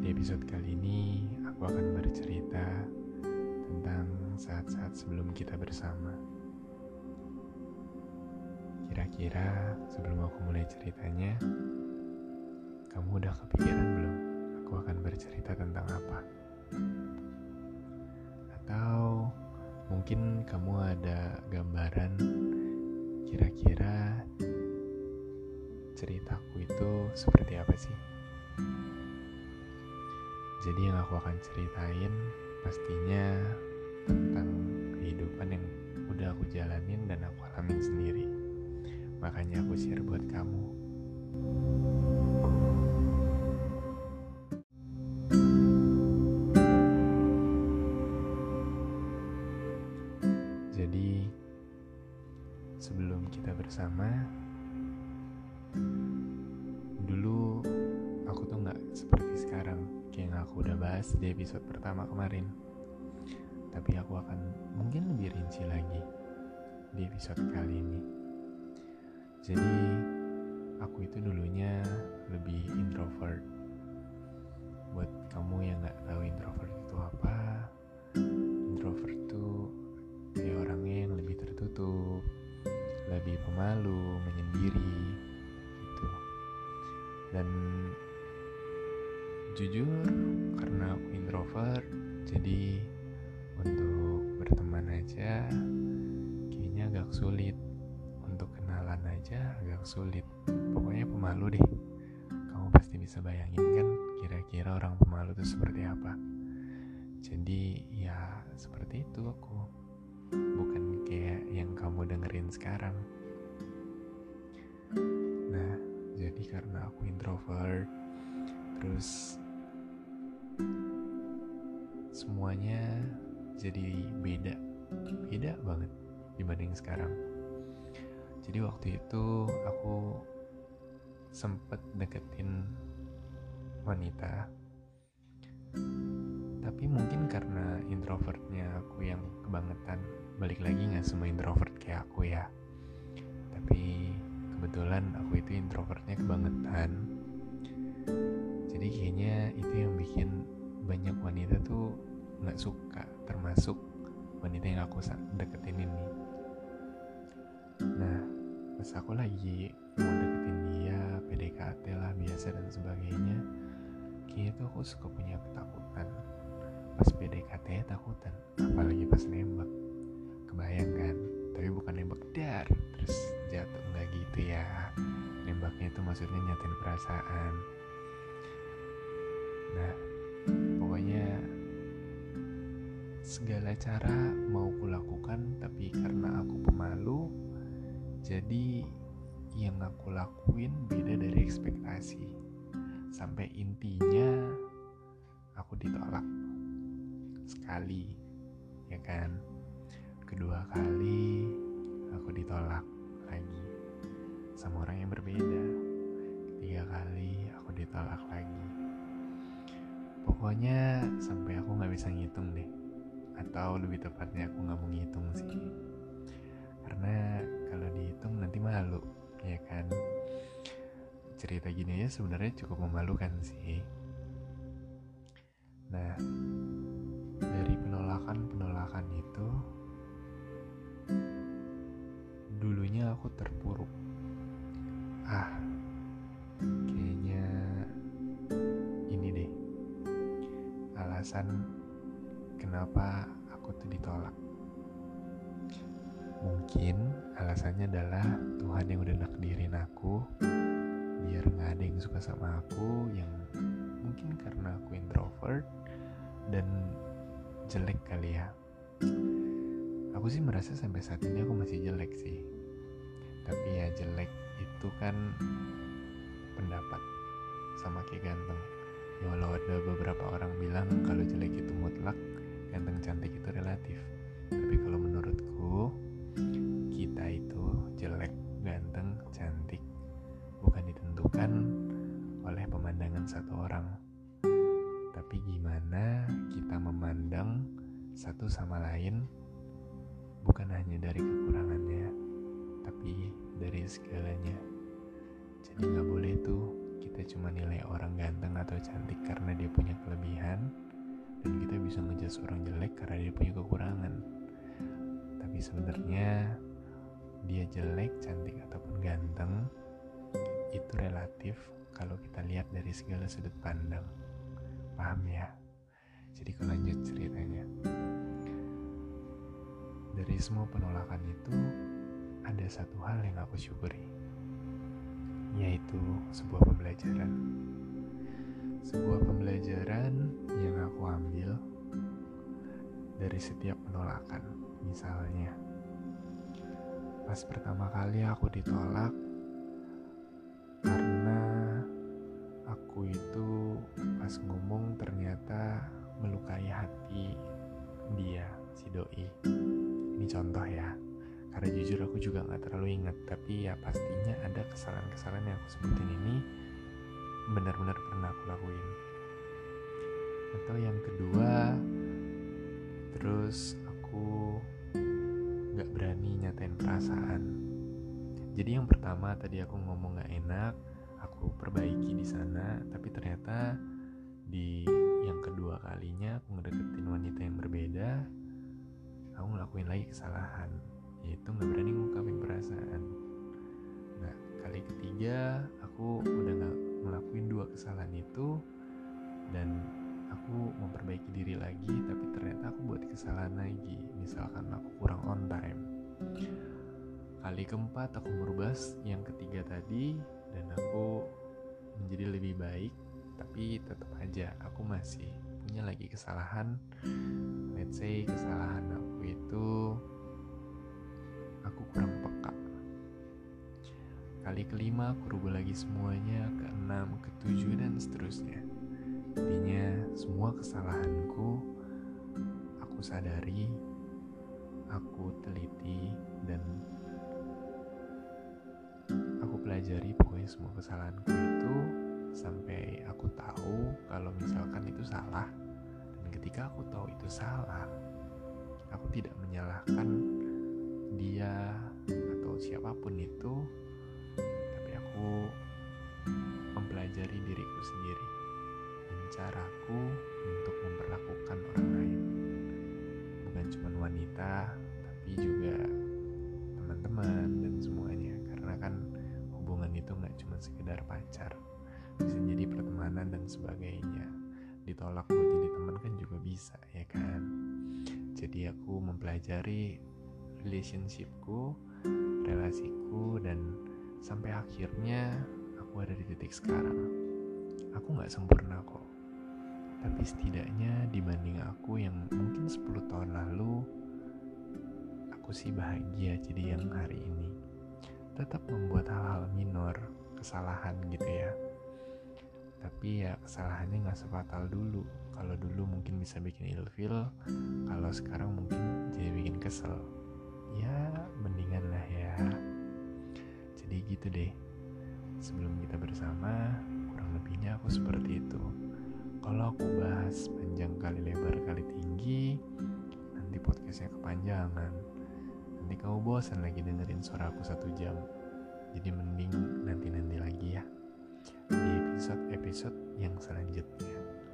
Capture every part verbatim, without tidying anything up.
episode kali ini aku akan bercerita tentang saat-saat sebelum kita bersama. Kira-kira sebelum aku mulai ceritanya, kamu udah kepikiran belum aku akan bercerita tentang apa? Atau mungkin kamu ada gambaran kira-kira ceritaku itu seperti apa sih? Jadi yang aku akan ceritain pastinya tentang kehidupan yang udah aku jalanin dan aku alamin sendiri. Makanya aku share buat kamu. Jadi sebelum kita bersama, dulu aku tuh gak seperti sekarang, kayak yang aku udah bahas di episode pertama kemarin. Tapi aku akan mungkin lebih rinci lagi di episode kali ini. Jadi aku itu dulunya lebih introvert. Buat kamu yang gak tahu introvert itu apa, introvert itu kayak orangnya yang lebih tertutup, lebih pemalu, menyendiri gitu. Dan jujur karena aku introvert, jadi untuk berteman aja kayaknya agak sulit, untuk kenalan aja agak sulit. Pokoknya pemalu deh. Kamu pasti bisa bayangin kan kira-kira orang pemalu itu seperti apa. Jadi ya seperti itu aku, bukan kayak yang kamu dengerin sekarang. Nah, jadi karena aku introvert, terus semuanya jadi beda, beda banget dibanding sekarang. Jadi waktu itu aku sempet deketin wanita, tapi mungkin karena introvertnya aku yang kebangetan. Balik lagi, gak semua introvert kayak aku ya, tapi kebetulan aku itu introvertnya kebangetan. Jadi kayaknya itu yang bikin banyak wanita tuh gak suka, termasuk wanita yang aku deketin ini. Nah, pas aku lagi mau deketin dia, P D K T lah biasa dan sebagainya, kayaknya tuh aku suka punya ketakutan. Pas P D K T takutan, apalagi pas nembak. Kebayang kan? Tapi bukan nembak dar terus jatuh, enggak gitu ya. Nembaknya itu maksudnya nyatain perasaan. Nah, pokoknya segala cara mau kulakukan, tapi karena aku pemalu, jadi yang aku lakuin beda dari ekspektasi. Sampai intinya aku ditolak sekali, ya kan? Kedua kali aku ditolak lagi sama orang yang berbeda. Ketiga kali aku ditolak lagi. Pokoknya sampai aku gak bisa ngitung deh. Atau lebih tepatnya aku gak mau ngitung sih, karena kalau dihitung nanti malu, ya kan? Cerita gini aja sebenarnya cukup memalukan sih. Nah, dari penolakan-penolakan itu, dulunya aku terpuruk. Ah, kayaknya ini deh alasan kenapa aku tuh ditolak. Mungkin alasannya adalah Tuhan yang udah nakdirin aku biar gak ada yang suka sama aku, yang mungkin karena aku introvert dan jelek kali ya. Aku sih merasa sampai saat ini aku masih jelek sih. Tapi ya jelek itu kan pendapat, sama kayak ganteng. Ya walau ada beberapa orang bilang kalau jelek itu mutlak, ganteng cantik itu relatif. Tapi kalau menurutku, kita itu jelek, ganteng, cantik bukan ditentukan oleh pemandangan satu orang, tapi gimana kita memandang satu sama lain, bukan hanya dari kekurangannya, tapi dari segalanya. Jadi gak boleh tuh kita cuma nilai orang ganteng atau cantik karena dia punya kelebihan, dan kita bisa ngejudge orang jelek karena dia punya kekurangan. Tapi sebenarnya dia jelek, cantik ataupun ganteng itu relatif kalau kita lihat dari segala sudut pandang. Paham ya? Jadi kalau lanjut ceritanya, dari semua penolakan itu ada satu hal yang aku syukuri, yaitu sebuah pembelajaran. Sebuah pembelajaran yang aku ambil dari setiap penolakan. Misalnya, pas pertama kali aku ditolak karena aku itu pas ngomong ternyata melukai hati dia, si doi. Ini contoh ya, karena jujur aku juga gak terlalu ingat, tapi ya pastinya ada kesalahan-kesalahan yang aku sebutin ini benar-benar pernah aku lakuin. Atau yang kedua, terus aku gak berani nyatain perasaan. Jadi yang pertama tadi aku ngomong gak enak, aku perbaiki di sana, tapi ternyata di yang kedua kalinya aku ngedeketin wanita yang berbeda, aku ngelakuin lagi kesalahan, yaitu gak berani ngungkapin perasaan. Nah, kali ketiga aku udah gak ngelakuin dua kesalahan itu, dan aku memperbaiki diri lagi, tapi ternyata aku buat kesalahan lagi. Misalkan aku kurang on time. Kali keempat aku merubah yang ketiga tadi, dan aku menjadi lebih baik, tapi tetap aja aku masih punya lagi kesalahan. Let's say kesalahan aku itu aku kurang peka. Kali kelima aku rubah lagi semuanya, keenam, ketujuh, dan seterusnya. Intinya semua kesalahanku aku sadari, aku teliti, dan aku pelajari pokoknya semua kesalahanku itu sampai aku tahu kalau misalkan itu salah. Dan ketika aku tahu itu salah, aku tidak menyalahkan dia atau siapapun itu, tapi aku mempelajari diriku sendiri dan caraku untuk memperlakukan orang lain. Bukan cuma wanita, tapi juga teman-teman dan semuanya. Karena kan hubungan itu gak cuma sekedar pacar, bisa jadi pertemanan dan sebagainya. Ditolak buat jadi teman kan juga bisa, ya kan? Jadi aku mempelajari relationshipku, relasiku, dan sampai akhirnya aku ada di titik sekarang. Aku gak sempurna kok, tapi setidaknya dibanding aku yang mungkin sepuluh tahun lalu, aku sih bahagia jadi yang hari ini. Tetap membuat hal-hal minor, kesalahan gitu ya, tapi ya kesalahannya gak sefatal dulu. Kalau dulu mungkin bisa bikin ilfil, kalau sekarang mungkin jadi bikin kesel. Ya mendingan lah ya. Jadi gitu deh, sebelum kita bersama, kurang lebihnya aku seperti itu. Kalau aku bahas panjang kali lebar kali tinggi, nanti podcastnya kepanjangan. Nanti kamu bosan lagi dengerin suara aku satu jam. Jadi mending nanti-nanti lagi ya, di episode-episode yang selanjutnya.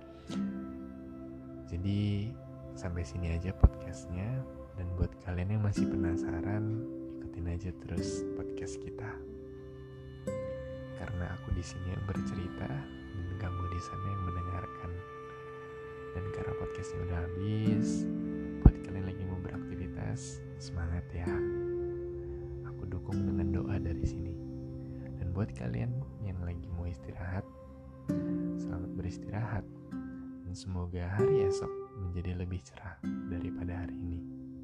Jadi sampai sini aja podcastnya. Dan buat kalian yang masih penasaran, ikutin aja terus podcast kita. Karena aku di sini yang bercerita dan kamu di sana yang mendengarkan. Dan karena podcastnya udah habis, buat kalian lagi mau beraktivitas, semangat ya. Aku dukung dengan doa dari sini. Dan buat kalian yang lagi mau istirahat, selamat beristirahat. Dan semoga hari esok menjadi lebih cerah daripada hari ini.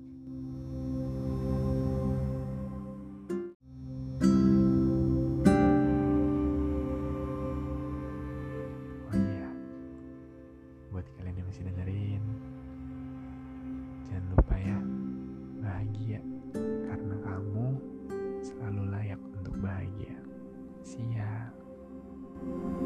Oh iya, buat kalian yang masih dengerin, jangan lupa ya, bahagia karena kamu selalu layak untuk bahagia. See ya.